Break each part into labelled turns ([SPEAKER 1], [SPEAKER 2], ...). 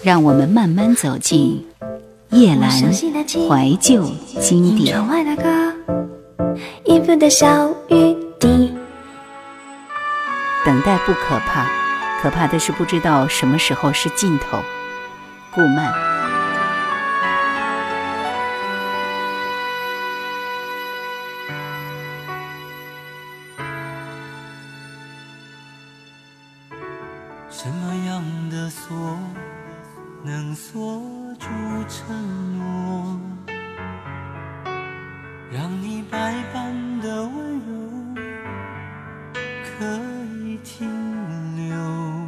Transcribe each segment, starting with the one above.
[SPEAKER 1] 让我们慢慢走进夜阑怀旧经典。等待不可怕，可怕的是不知道什么时候是尽头。顾漫。
[SPEAKER 2] 什么样的锁能锁住承诺，让你百般的温柔可以停留？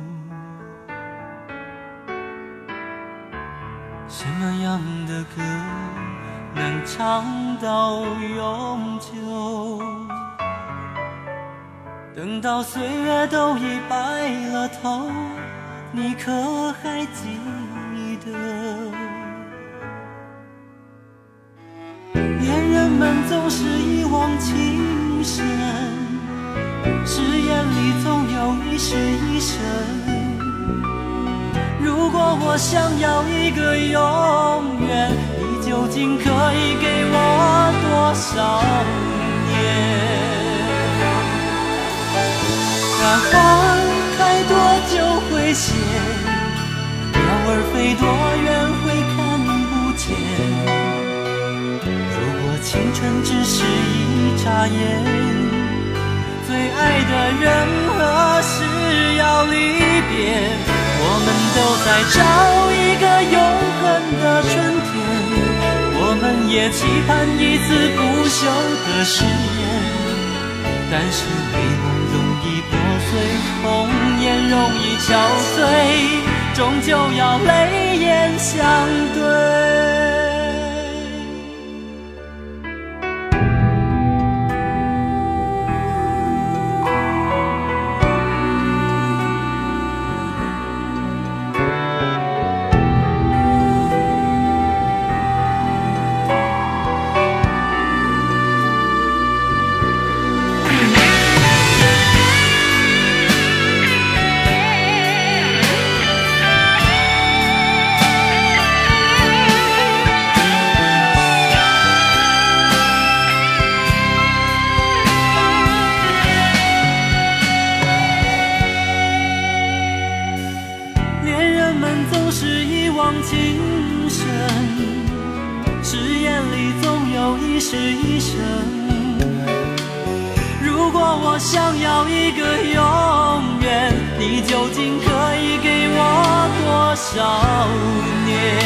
[SPEAKER 2] 什么样的歌能唱到永久？等到岁月都已白了头，你可还记得？恋人们总是一往情深，誓言里总有一世一生。如果我想要一个永远，你究竟可以给我多少年？那花开多久会谢，鸟儿飞多远会看不见。如果青春只是一眨眼，最爱的人何时要离别？我们都在找一个永恒的春天，我们也期盼一次不朽的誓言，但是美梦容易破碎，红颜容易憔悴，终究要泪眼相对。如果我想要一个永远，你究竟可以给我多少年？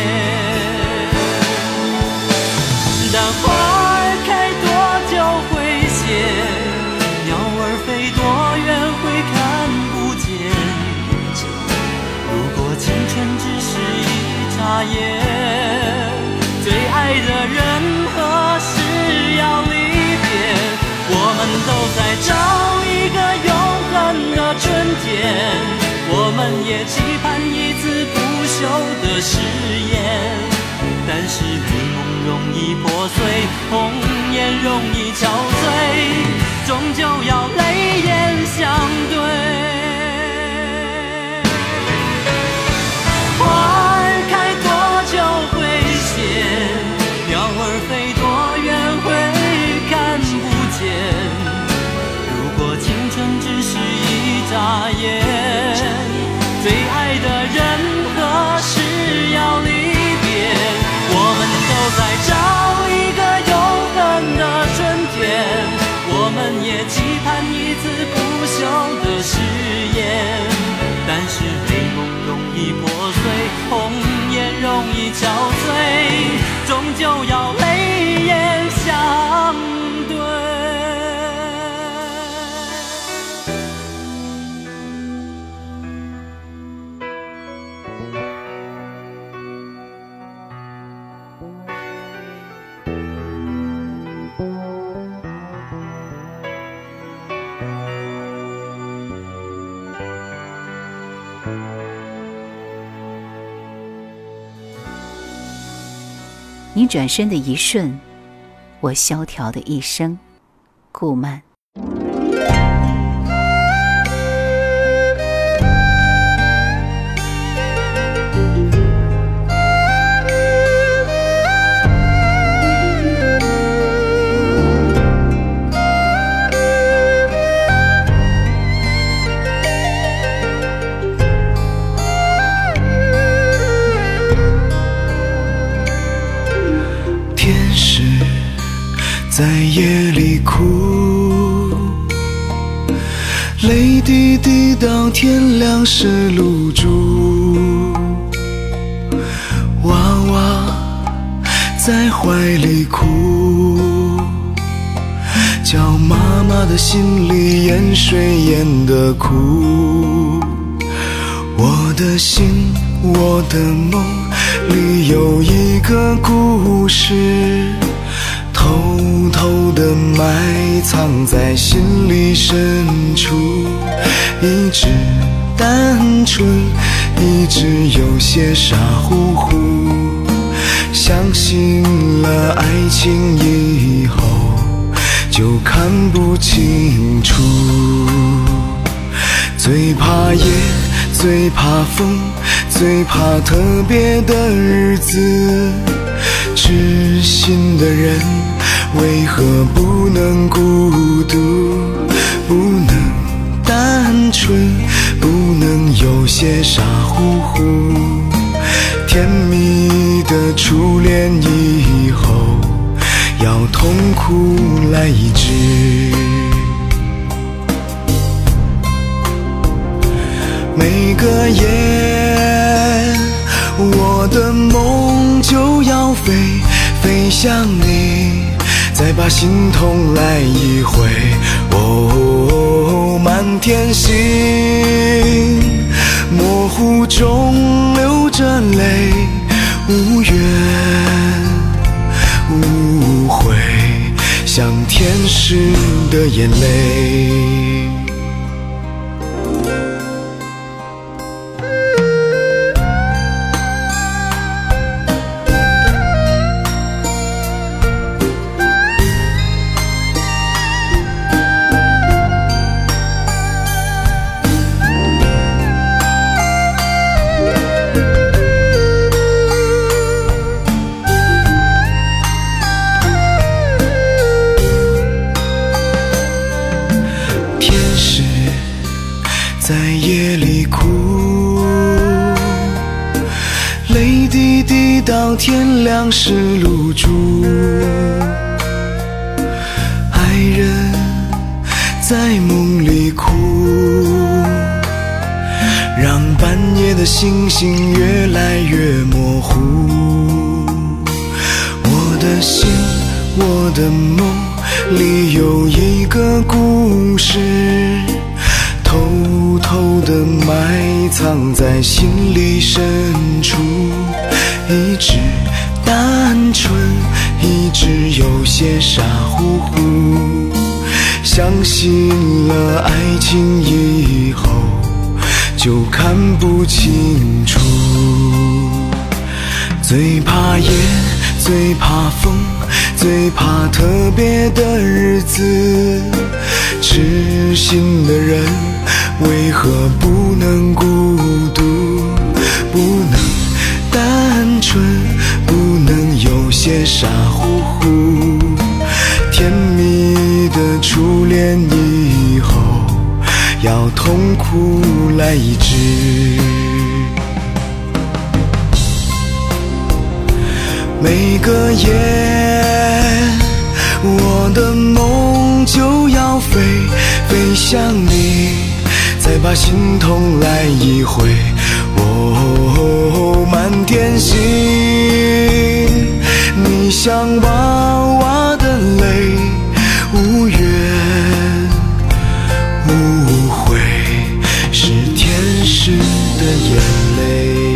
[SPEAKER 2] 但花儿开多久会谢，鸟儿飞多远会看不见。如果青春只是一眨眼，最爱的人何时要离别？我们都在找一个永恒的春天，我们也期盼一次不朽的誓言，但是美梦容易破碎，红颜容易憔悴，终究要泪眼相对。花儿开多久会谢，鸟儿飞多远会看不见。如果青春只是一眨眼，最爱的人何时要离别？我们都在找一个永恒的春天，我们也期盼一次不朽的誓言，但是美梦容易破碎，红颜容易憔悴，终究要泪眼相对。
[SPEAKER 1] 你转身的一瞬，我萧条的一生。顾漫。
[SPEAKER 3] 夜里哭，泪滴滴到天亮是露珠。娃娃在怀里哭，叫妈妈的心里淹水淹得苦。我的心，我的梦里有一个故事，偷偷地埋藏在心里深处，一直单纯，一直有些傻乎乎，相信了爱情以后就看不清楚。最怕夜，最怕风，最怕特别的日子，痴心的人为何不能孤独，不能单纯，不能有些傻乎乎。甜蜜的初恋以后要痛苦来医治。每个夜我的梦就要飞，飞向你，再把心痛来一回。哦，满天星，模糊中流着泪，无怨无悔，像天使的眼泪。在夜里哭，泪滴滴到天亮是露珠。爱人在梦里哭，让半夜的星星越来越模糊。我的心，我的梦里有一个故事，偷偷地埋藏在心里深处，一直单纯，一直有些傻乎乎，相信了爱情以后就看不清楚。最怕夜，最怕风，最怕特别的日子，痴心的人为何不能孤独，不能单纯，不能有些傻乎乎。甜蜜的初恋以后要痛苦来医治。每个夜我的梦就要飞，飞向你，再把心痛来一回。哦，满天星，你像娃娃的泪，无怨无悔，是天使的眼泪。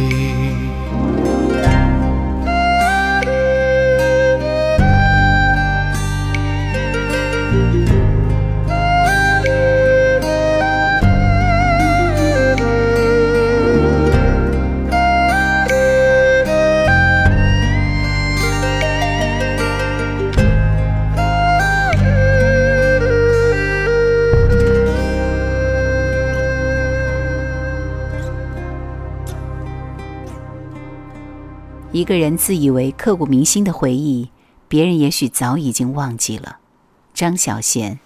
[SPEAKER 1] 一个人自以为刻骨铭心的回忆，别人也许早已经忘记了。张小娴。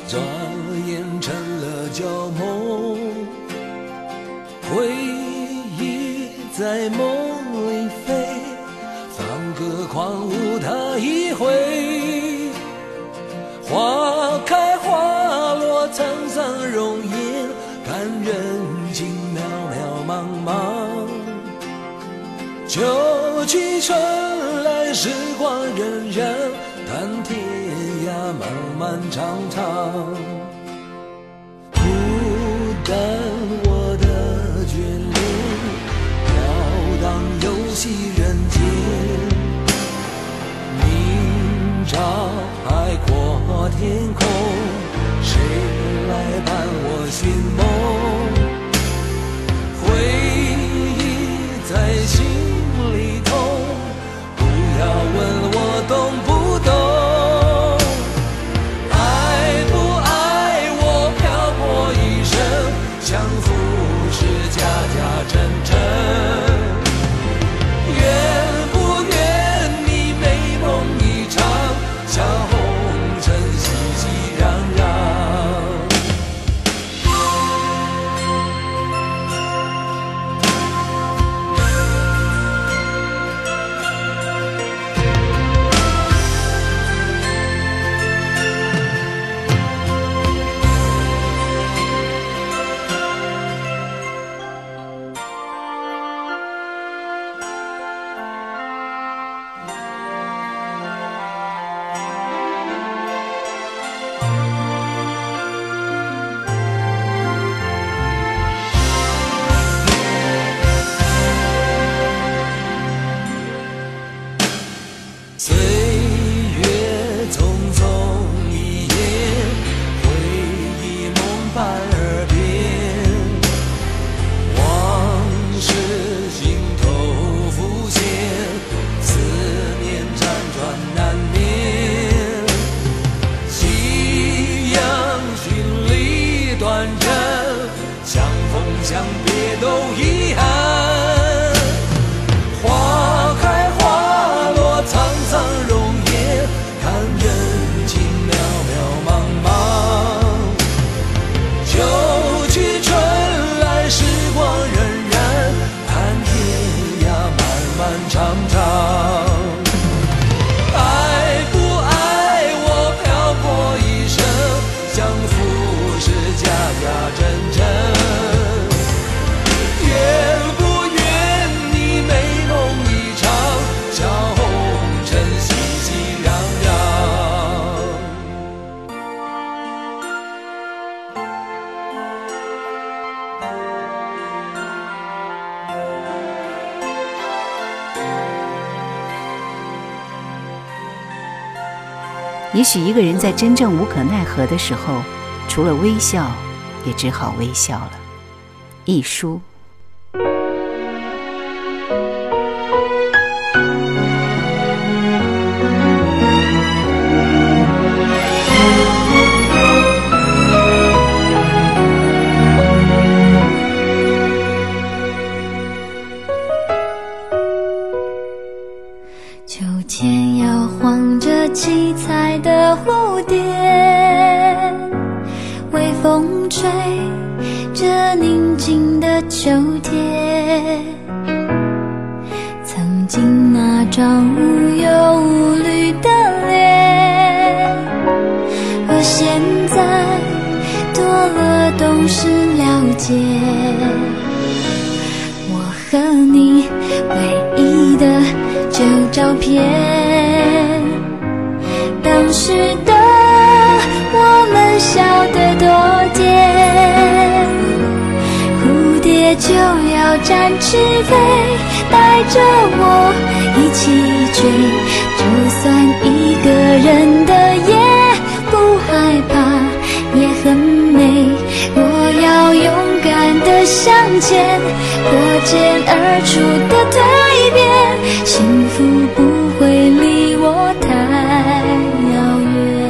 [SPEAKER 3] 转眼成了旧梦，回忆在梦里飞，放歌狂舞它一回。花开花落沧桑容颜，看人情渺渺茫茫。秋去春来时光荏苒，谈天涯漫漫长长。孤单我的眷恋，飘荡游戏人间。明朝海阔天空，谁来伴我寻梦？回忆在心里痛，不要问我懂不懂。爱不爱我漂泊一生，相扶是家家真真。愿不愿你美梦一场，笑红尘熙熙攘攘。岁月匆匆一眼，回忆梦伴耳边，往事心头浮现，思念辗转难眠。夕阳寻里短暂，相逢相别都遗憾。花开花落沧桑容颜，看人情渺渺茫茫。秋去春来时光荏苒，看天涯漫漫长长。爱不爱我漂泊一生，相扶是家家真真。愿不愿你美梦一场，笑红尘熙熙攘攘。
[SPEAKER 1] 也许一个人在真正无可奈何的时候，除了微笑，也只好微笑了。一书。
[SPEAKER 4] 秋天摇晃着七彩的蝴蝶，微风吹着宁静的秋天。曾经那张无忧无虑的脸，而现在多了懂事了解。我和你唯一的旧照片，当时的我们笑得多甜，蝴蝶就要展翅飞，带着我一起追，就算一个人的夜不害怕，也很美。若要勇敢地向前，破茧而出的蜕变，幸福不会离我太遥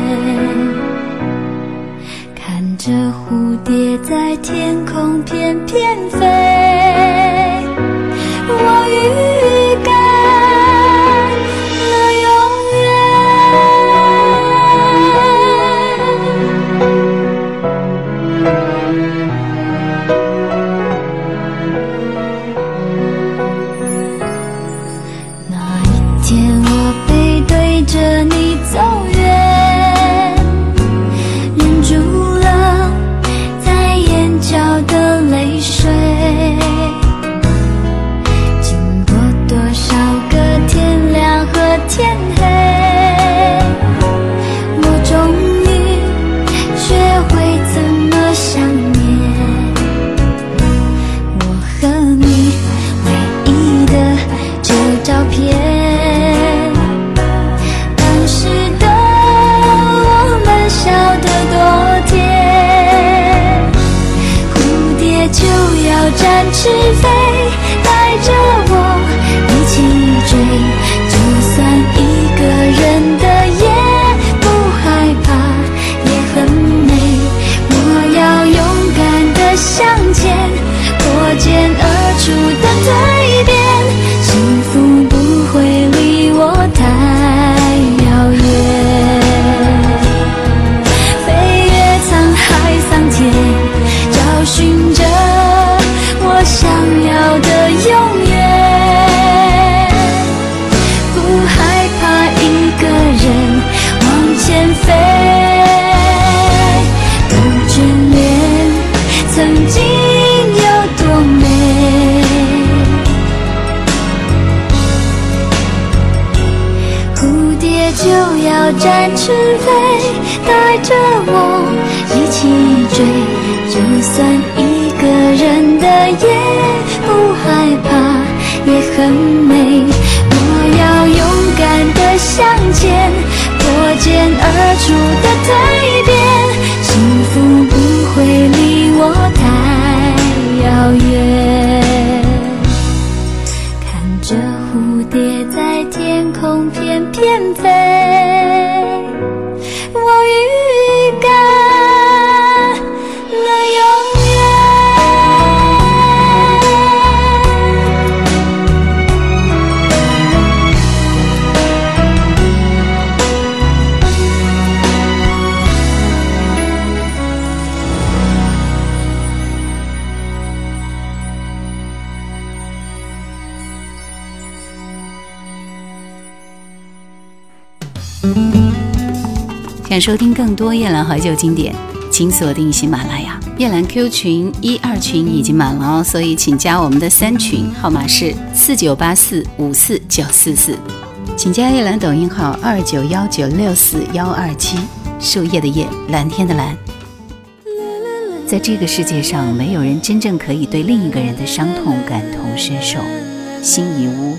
[SPEAKER 4] 远。看着蝴蝶在天空翩翩飞，我预感了永远。 是非，带着我一起追。就算一个人的夜不害怕，也很美。我要勇敢地向前，破茧而出的蜕变，幸福不会离我太遥远。飞越沧海桑田，找寻着我想要的永远，不害怕一个人往前飞，不眷恋曾经有多美。蝴蝶就要展翅飞，带着我一起追。就算一个人的夜不害怕，也很美。我要勇敢地向前，破茧而出的蜕变，幸福不会离我太遥远。看着蝴蝶在天空翩翩飞，我预感了永远。
[SPEAKER 1] 想收听更多夜兰怀旧经典，请锁定喜马拉雅。夜兰 Q 群1、2群已经满了哦，所以请加我们的3群，号码是4984549944。请加夜兰抖音号2919641127，树叶的叶，蓝天的蓝。在这个世界上，没有人真正可以对另一个人的伤痛感同身受。辛夷坞。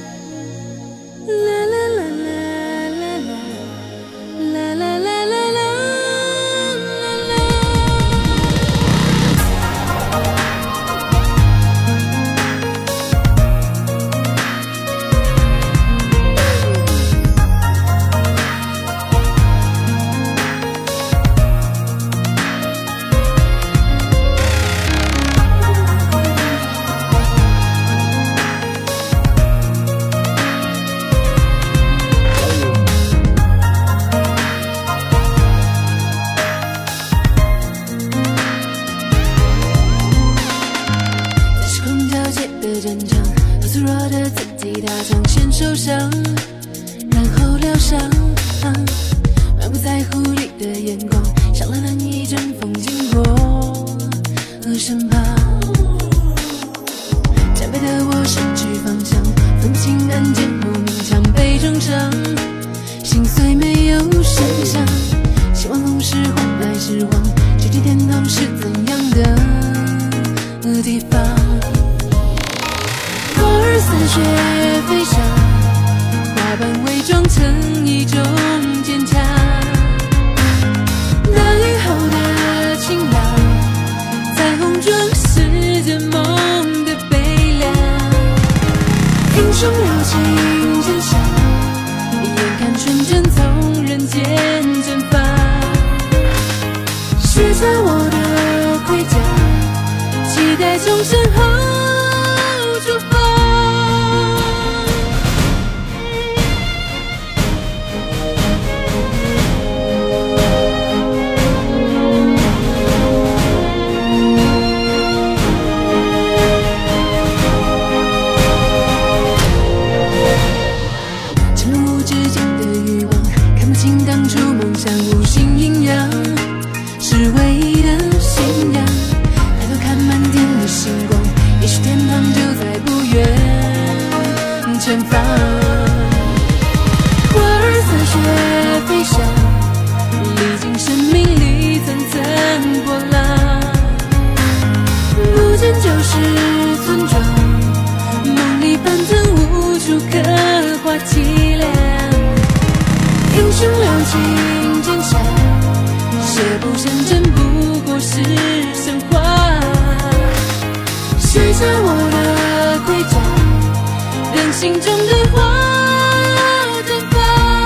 [SPEAKER 5] 不深真不过是神话，
[SPEAKER 4] 写下我的盔甲，让心中的花绽放。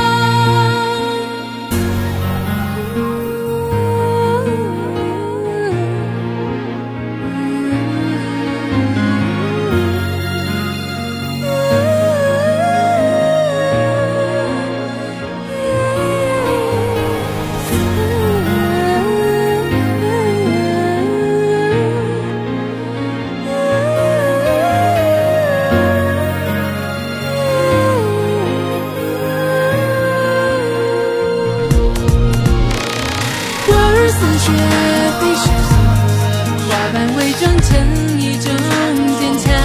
[SPEAKER 4] 似雪飞逝，花瓣伪装成一种坚强。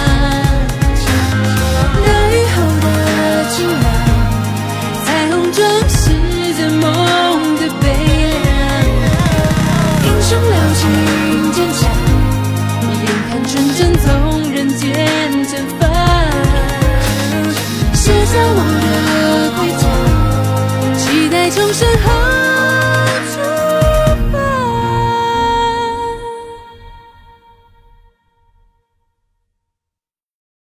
[SPEAKER 4] 大雨后的晴朗，彩虹装饰着梦的悲凉。英雄了情坚强，眼看纯真从人间绽放。写下我的盔甲，期待重生后。